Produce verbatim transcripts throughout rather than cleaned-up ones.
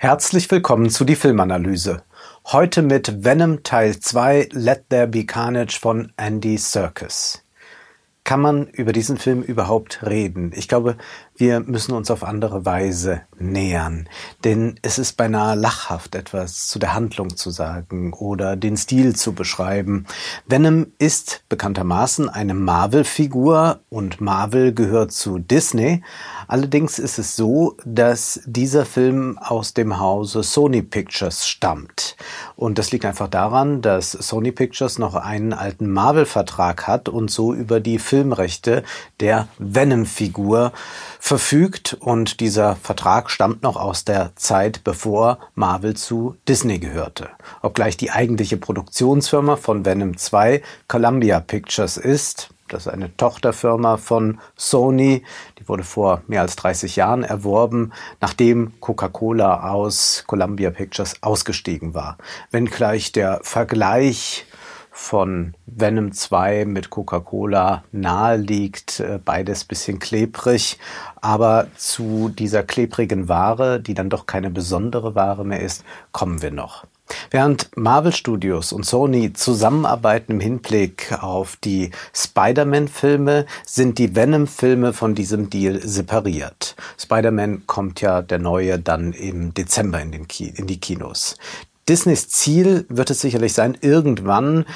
Herzlich willkommen zu die Filmanalyse. Heute mit Venom Teil zwei Let There Be Carnage von Andy Serkis. Kann man über diesen Film überhaupt reden? Ich glaube, wir müssen uns auf andere Weise nähern, denn es ist beinahe lachhaft, etwas zu der Handlung zu sagen oder den Stil zu beschreiben. Venom ist bekanntermaßen eine Marvel-Figur und Marvel gehört zu Disney. Allerdings ist es so, dass dieser Film aus dem Hause Sony Pictures stammt. Und das liegt einfach daran, dass Sony Pictures noch einen alten Marvel-Vertrag hat und so über die Filmrechte der Venom-Figur verfügt. Und dieser Vertrag stammt noch aus der Zeit, bevor Marvel zu Disney gehörte. Obgleich die eigentliche Produktionsfirma von Venom zwei Columbia Pictures ist. Das ist eine Tochterfirma von Sony. Die wurde vor mehr als dreißig Jahren erworben, nachdem Coca-Cola aus Columbia Pictures ausgestiegen war. Wenngleich der Vergleich von Venom zwei mit Coca-Cola nahe liegt, beides bisschen klebrig, aber zu dieser klebrigen Ware, die dann doch keine besondere Ware mehr ist, kommen wir noch. Während Marvel Studios und Sony zusammenarbeiten im Hinblick auf die Spider-Man-Filme, sind die Venom-Filme von diesem Deal separiert. Spider-Man kommt ja der neue dann im Dezember in, den Ki- in die Kinos. Disneys Ziel wird es sicherlich sein, irgendwann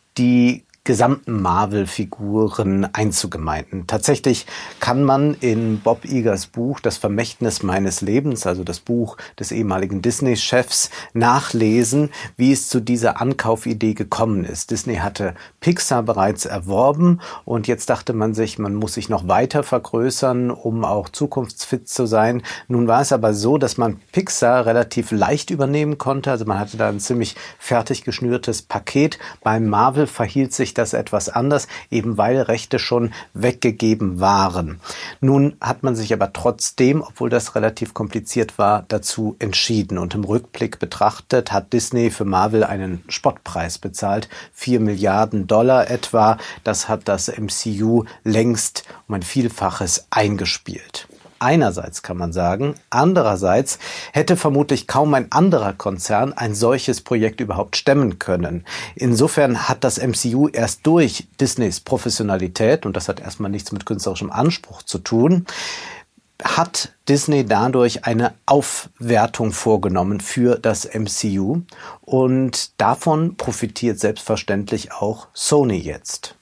die gesamten Marvel-Figuren einzugemeinden. Tatsächlich kann man in Bob Igers Buch Das Vermächtnis meines Lebens, also das Buch des ehemaligen Disney-Chefs, nachlesen, wie es zu dieser Ankaufidee gekommen ist. Disney hatte Pixar bereits erworben und jetzt dachte man sich, man muss sich noch weiter vergrößern, um auch zukunftsfit zu sein. Nun war es aber so, dass man Pixar relativ leicht übernehmen konnte. Also man hatte da ein ziemlich fertig geschnürtes Paket. Beim Marvel verhielt sich das etwas anders, eben weil Rechte schon weggegeben waren. Nun hat man sich aber trotzdem, obwohl das relativ kompliziert war, dazu entschieden. Und im Rückblick betrachtet hat Disney für Marvel einen Spottpreis bezahlt, vier Milliarden Dollar etwa. Das hat das M C U längst um ein Vielfaches eingespielt. Einerseits kann man sagen, andererseits hätte vermutlich kaum ein anderer Konzern ein solches Projekt überhaupt stemmen können. Insofern hat das M C U erst durch Disneys Professionalität, und das hat erstmal nichts mit künstlerischem Anspruch zu tun, hat Disney dadurch eine Aufwertung vorgenommen für das M C U und davon profitiert selbstverständlich auch Sony jetzt.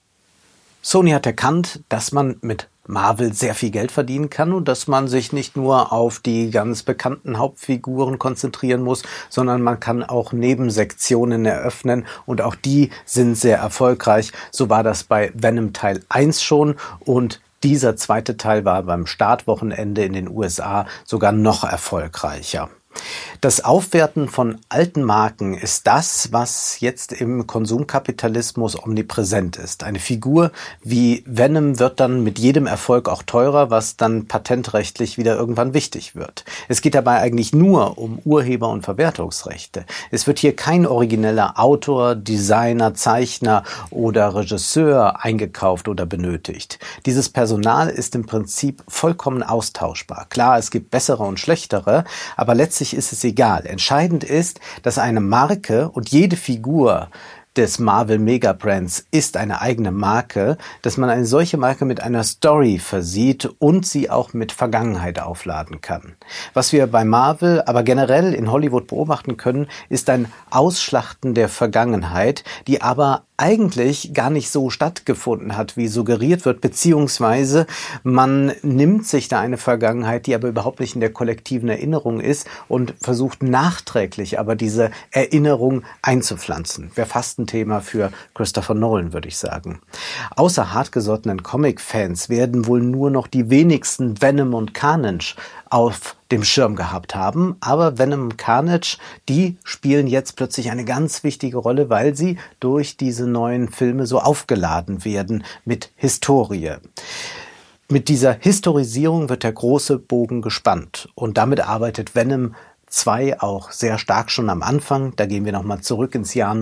Sony hat erkannt, dass man mit Marvel sehr viel Geld verdienen kann und dass man sich nicht nur auf die ganz bekannten Hauptfiguren konzentrieren muss, sondern man kann auch Nebensektionen eröffnen und auch die sind sehr erfolgreich. So war das bei Venom Teil eins schon und dieser zweite Teil war beim Startwochenende in den U S A sogar noch erfolgreicher. Das Aufwerten von alten Marken ist das, was jetzt im Konsumkapitalismus omnipräsent ist. Eine Figur wie Venom wird dann mit jedem Erfolg auch teurer, was dann patentrechtlich wieder irgendwann wichtig wird. Es geht dabei eigentlich nur um Urheber- und Verwertungsrechte. Es wird hier kein origineller Autor, Designer, Zeichner oder Regisseur eingekauft oder benötigt. Dieses Personal ist im Prinzip vollkommen austauschbar. Klar, es gibt bessere und schlechtere, aber letztlich ist es egal. Entscheidend ist, dass eine Marke und jede Figur des Marvel Megabrands ist eine eigene Marke, dass man eine solche Marke mit einer Story versieht und sie auch mit Vergangenheit aufladen kann. Was wir bei Marvel, aber generell in Hollywood beobachten können, ist ein Ausschlachten der Vergangenheit, die aber eigentlich gar nicht so stattgefunden hat, wie suggeriert wird, beziehungsweise man nimmt sich da eine Vergangenheit, die aber überhaupt nicht in der kollektiven Erinnerung ist und versucht nachträglich aber diese Erinnerung einzupflanzen. Wäre fast ein Thema für Christopher Nolan, würde ich sagen. Außer hartgesottenen Comic-Fans werden wohl nur noch die wenigsten Venom und Carnage auf dem Schirm gehabt haben. Aber Venom und Carnage, die spielen jetzt plötzlich eine ganz wichtige Rolle, weil sie durch diese neuen Filme so aufgeladen werden mit Historie. Mit dieser Historisierung wird der große Bogen gespannt und damit arbeitet Venom zwei auch sehr stark schon am Anfang. Da gehen wir nochmal zurück ins Jahr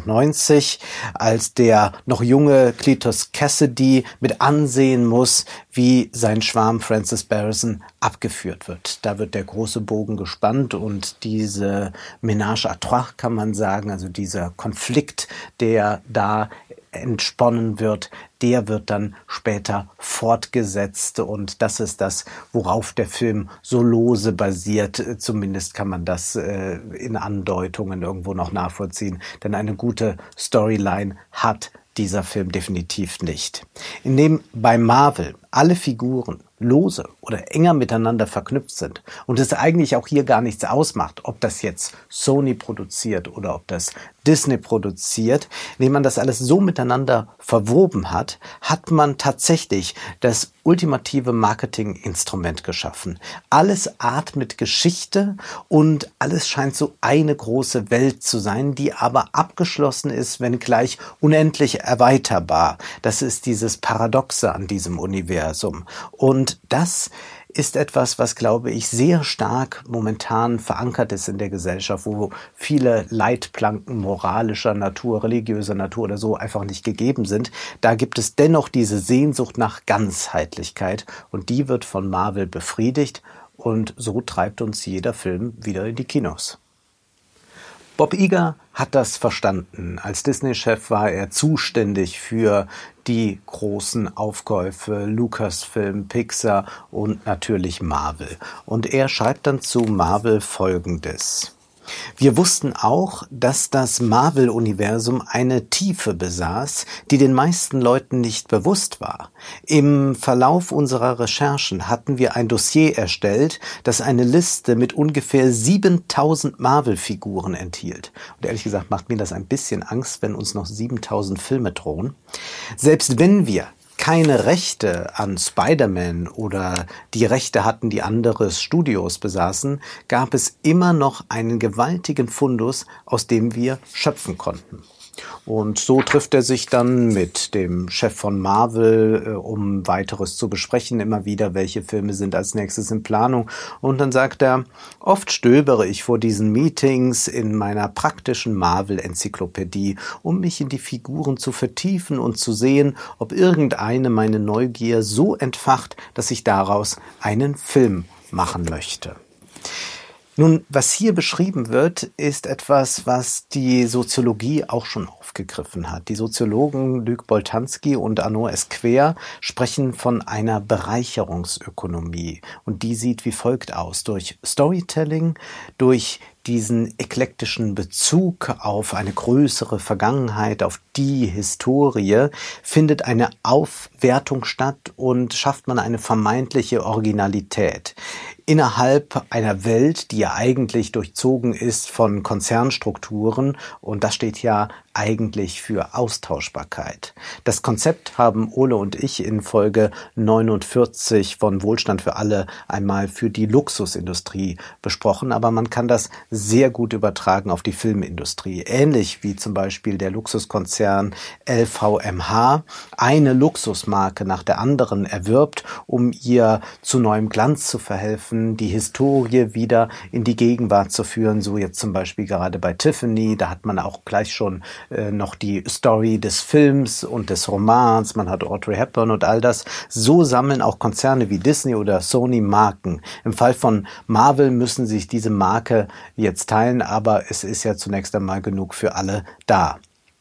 neunzehnhundertsechsundneunzig, als der noch junge Cletus Cassidy mit ansehen muss, wie sein Schwarm Francis Barrison abgeführt wird. Da wird der große Bogen gespannt und diese Ménage à trois, kann man sagen, also dieser Konflikt, der da entsponnen wird, der wird dann später fortgesetzt und das ist das, worauf der Film so lose basiert. Zumindest kann man das äh, in Andeutungen irgendwo noch nachvollziehen, denn eine gute Storyline hat dieser Film definitiv nicht. Indem bei Marvel alle Figuren lose oder enger miteinander verknüpft sind und es eigentlich auch hier gar nichts ausmacht, ob das jetzt Sony produziert oder ob das Disney produziert, indem man das alles so miteinander verwoben hat, hat man tatsächlich das ultimative Marketinginstrument geschaffen. Alles atmet Geschichte und alles scheint so eine große Welt zu sein, die aber abgeschlossen ist, wenngleich unendlich erweiterbar. Das ist dieses Paradoxe an diesem Universum. Und das ist etwas, was, glaube ich, sehr stark momentan verankert ist in der Gesellschaft, wo viele Leitplanken moralischer Natur, religiöser Natur oder so einfach nicht gegeben sind. Da gibt es dennoch diese Sehnsucht nach Ganzheitlichkeit und die wird von Marvel befriedigt und so treibt uns jeder Film wieder in die Kinos. Bob Iger hat das verstanden. Als Disney-Chef war er zuständig für die großen Aufkäufe, Lucasfilm, Pixar und natürlich Marvel. Und er schreibt dann zu Marvel Folgendes. Wir wussten auch, dass das Marvel-Universum eine Tiefe besaß, die den meisten Leuten nicht bewusst war. Im Verlauf unserer Recherchen hatten wir ein Dossier erstellt, das eine Liste mit ungefähr siebentausend Marvel-Figuren enthielt. Und ehrlich gesagt macht mir das ein bisschen Angst, wenn uns noch siebentausend Filme drohen. Selbst wenn wir keine Rechte an Spider-Man oder die Rechte hatten, die andere Studios besaßen, gab es immer noch einen gewaltigen Fundus, aus dem wir schöpfen konnten. Und so trifft er sich dann mit dem Chef von Marvel, äh, um weiteres zu besprechen, immer wieder, welche Filme sind als nächstes in Planung. Und dann sagt er, oft stöbere ich vor diesen Meetings in meiner praktischen Marvel-Enzyklopädie, um mich in die Figuren zu vertiefen und zu sehen, ob irgendeine meine Neugier so entfacht, dass ich daraus einen Film machen möchte. Nun, was hier beschrieben wird, ist etwas, was die Soziologie auch schon aufgegriffen hat. Die Soziologen Luc Boltanski und Arnaud Esquer sprechen von einer Bereicherungsökonomie. Und die sieht wie folgt aus. Durch Storytelling, durch diesen eklektischen Bezug auf eine größere Vergangenheit, auf die Historie, findet eine Aufwertung statt und schafft man eine vermeintliche Originalität. Innerhalb einer Welt, die ja eigentlich durchzogen ist von Konzernstrukturen, und das steht ja eigentlich für Austauschbarkeit. Das Konzept haben Ole und ich in Folge neunundvierzig von Wohlstand für alle einmal für die Luxusindustrie besprochen, aber man kann das sehr gut übertragen auf die Filmindustrie. Ähnlich wie zum Beispiel der Luxuskonzern L V M H eine Luxusmarke nach der anderen erwirbt, um ihr zu neuem Glanz zu verhelfen, die Historie wieder in die Gegenwart zu führen, so jetzt zum Beispiel gerade bei Tiffany, da hat man auch gleich schon äh, noch die Story des Films und des Romans, man hat Audrey Hepburn und all das. So sammeln auch Konzerne wie Disney oder Sony Marken. Im Fall von Marvel müssen sich diese Marke jetzt teilen, aber es ist ja zunächst einmal genug für alle da.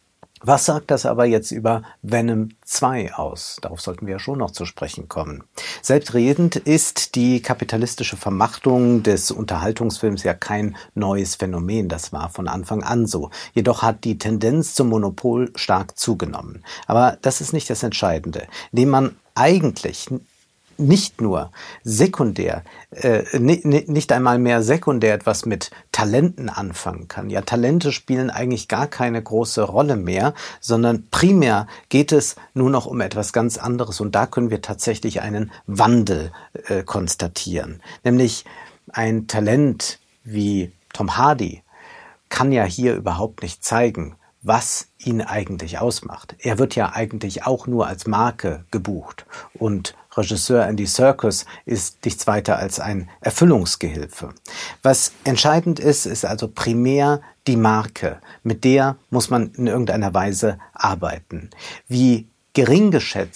Was sagt das aber jetzt über Venom zwei aus? Darauf sollten wir ja schon noch zu sprechen kommen. Selbstredend ist die kapitalistische Vermachtung des Unterhaltungsfilms ja kein neues Phänomen. Das war von Anfang an so. Jedoch hat die Tendenz zum Monopol stark zugenommen. Aber das ist nicht das Entscheidende. Indem man eigentlich nicht nur sekundär, äh, nicht einmal mehr sekundär etwas mit Talenten anfangen kann. Ja, Talente spielen eigentlich gar keine große Rolle mehr, sondern primär geht es nur noch um etwas ganz anderes und da können wir tatsächlich einen Wandel äh, konstatieren. Nämlich ein Talent wie Tom Hardy kann ja hier überhaupt nicht zeigen, was ihn eigentlich ausmacht. Er wird ja eigentlich auch nur als Marke gebucht und Regisseur Andy Serkis ist nichts weiter als ein Erfüllungsgehilfe. Was entscheidend ist, ist also primär die Marke. Mit der muss man in irgendeiner Weise arbeiten. Wie gering geschätzt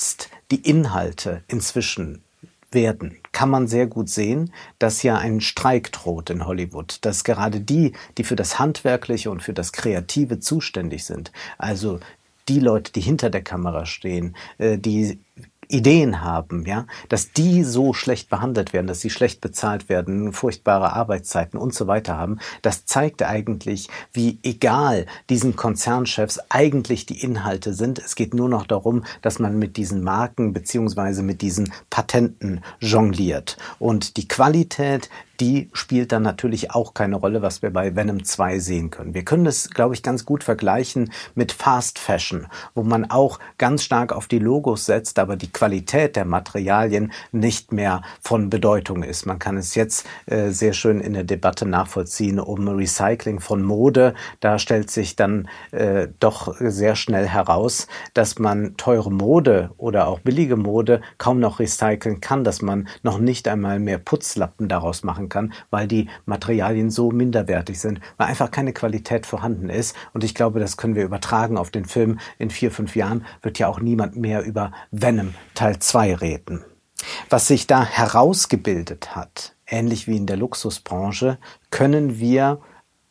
die Inhalte inzwischen werden, kann man sehr gut sehen, dass ja ein Streik droht in Hollywood, dass gerade die, die für das Handwerkliche und für das Kreative zuständig sind, also die Leute, die hinter der Kamera stehen, die Ideen haben, ja, dass die so schlecht behandelt werden, dass sie schlecht bezahlt werden, furchtbare Arbeitszeiten und so weiter haben, das zeigt eigentlich, wie egal diesen Konzernchefs eigentlich die Inhalte sind. Es geht nur noch darum, dass man mit diesen Marken beziehungsweise mit diesen Patenten jongliert. Und die Qualität, die spielt dann natürlich auch keine Rolle, was wir bei Venom zwei sehen können. Wir können das, glaube ich, ganz gut vergleichen mit Fast Fashion, wo man auch ganz stark auf die Logos setzt, aber die Qualität der Materialien nicht mehr von Bedeutung ist. Man kann es jetzt äh, sehr schön in der Debatte nachvollziehen um Recycling von Mode. Da stellt sich dann äh, doch sehr schnell heraus, dass man teure Mode oder auch billige Mode kaum noch recyceln kann, dass man noch nicht einmal mehr Putzlappen daraus machen kann, weil die Materialien so minderwertig sind, weil einfach keine Qualität vorhanden ist. Und ich glaube, das können wir übertragen auf den Film. In vier, fünf Jahren wird ja auch niemand mehr über Venom Teil zwei reden. Was sich da herausgebildet hat, ähnlich wie in der Luxusbranche, können wir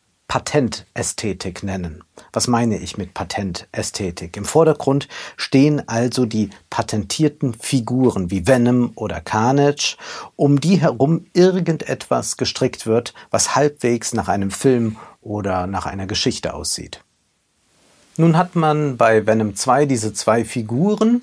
Patentästhetik nennen. Was meine ich mit Patentästhetik? Im Vordergrund stehen also die patentierten Figuren wie Venom oder Carnage, um die herum irgendetwas gestrickt wird, was halbwegs nach einem Film oder nach einer Geschichte aussieht. Nun hat man bei Venom zwei diese zwei Figuren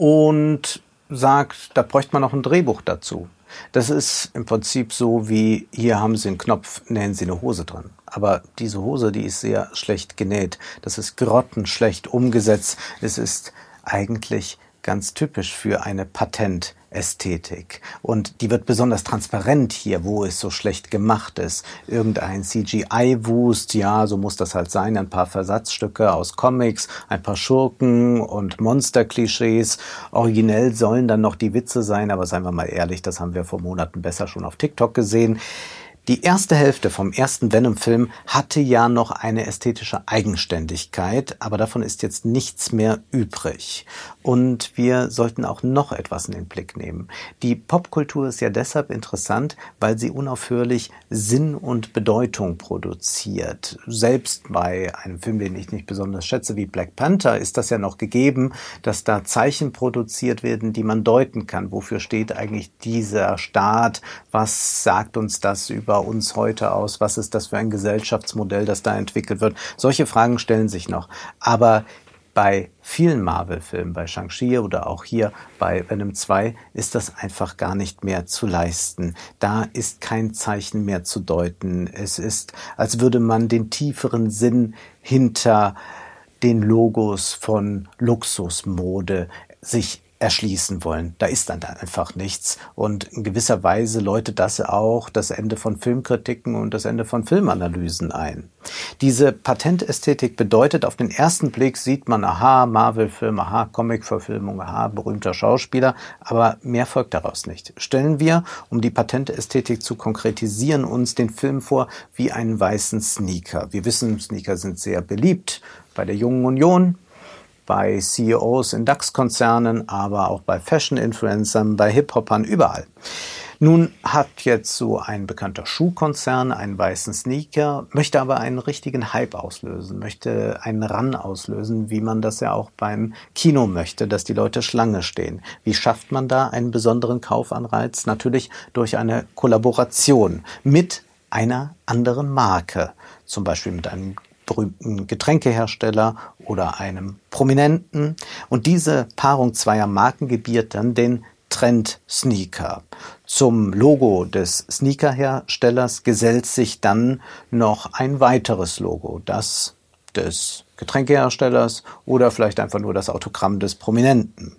und sagt, da bräuchte man noch ein Drehbuch dazu. Das ist im Prinzip so wie, hier haben Sie einen Knopf, nähen Sie eine Hose dran. Aber diese Hose, die ist sehr schlecht genäht. Das ist grottenschlecht umgesetzt. Es ist eigentlich ganz typisch für eine Patentästhetik. Und die wird besonders transparent hier, wo es so schlecht gemacht ist. Irgendein C G I-Wust, ja, so muss das halt sein. Ein paar Versatzstücke aus Comics, ein paar Schurken und Monster-Klischees. Originell sollen dann noch die Witze sein, aber seien wir mal ehrlich, das haben wir vor Monaten besser schon auf TikTok gesehen. Die erste Hälfte vom ersten Venom-Film hatte ja noch eine ästhetische Eigenständigkeit, aber davon ist jetzt nichts mehr übrig. Und wir sollten auch noch etwas in den Blick nehmen. Die Popkultur ist ja deshalb interessant, weil sie unaufhörlich Sinn und Bedeutung produziert. Selbst bei einem Film, den ich nicht besonders schätze, wie Black Panther, ist das ja noch gegeben, dass da Zeichen produziert werden, die man deuten kann. Wofür steht eigentlich dieser Staat? Was sagt uns das über uns heute aus? Was ist das für ein Gesellschaftsmodell, das da entwickelt wird? Solche Fragen stellen sich noch. Aber bei vielen Marvel-Filmen, bei Shang-Chi oder auch hier bei Venom zwei, ist das einfach gar nicht mehr zu leisten. Da ist kein Zeichen mehr zu deuten. Es ist, als würde man den tieferen Sinn hinter den Logos von Luxusmode sich erschließen wollen. Da ist dann einfach nichts. Und in gewisser Weise läutet das auch das Ende von Filmkritiken und das Ende von Filmanalysen ein. Diese Patentästhetik bedeutet, auf den ersten Blick sieht man, aha, Marvel-Film, aha, Comic-Verfilmung, aha, berühmter Schauspieler, aber mehr folgt daraus nicht. Stellen wir, um die Patentästhetik zu konkretisieren, uns den Film vor wie einen weißen Sneaker. Wir wissen, Sneaker sind sehr beliebt bei der Jungen Union, bei C E Os in DAX-Konzernen, aber auch bei Fashion-Influencern, bei Hip-Hopern, überall. Nun hat jetzt so ein bekannter Schuhkonzern einen weißen Sneaker, möchte aber einen richtigen Hype auslösen, möchte einen Run auslösen, wie man das ja auch beim Kino möchte, dass die Leute Schlange stehen. Wie schafft man da einen besonderen Kaufanreiz? Natürlich durch eine Kollaboration mit einer anderen Marke, zum Beispiel mit einem berühmten Getränkehersteller oder einem Prominenten. Und diese Paarung zweier Marken gebiert dann den Trend Sneaker. Zum Logo des Sneakerherstellers gesellt sich dann noch ein weiteres Logo, das des Getränkeherstellers oder vielleicht einfach nur das Autogramm des Prominenten.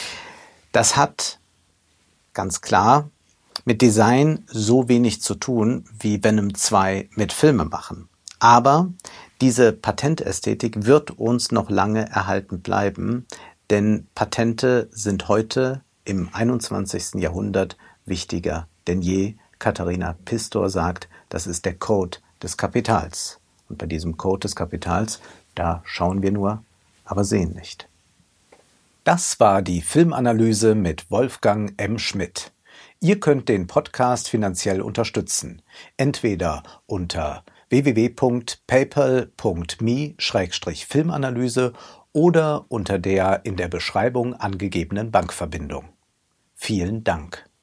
Das hat ganz klar mit Design so wenig zu tun wie Venom zwei mit Filmemachen. Aber diese Patentästhetik wird uns noch lange erhalten bleiben, denn Patente sind heute im einundzwanzigsten Jahrhundert wichtiger denn je. Katharina Pistor sagt, das ist der Code des Kapitals. Und bei diesem Code des Kapitals, da schauen wir nur, aber sehen nicht. Das war die Filmanalyse mit Wolfgang M. Schmidt. Ihr könnt den Podcast finanziell unterstützen, entweder unter w w w punkt paypal punkt me slash filmanalyse oder unter der in der Beschreibung angegebenen Bankverbindung. Vielen Dank.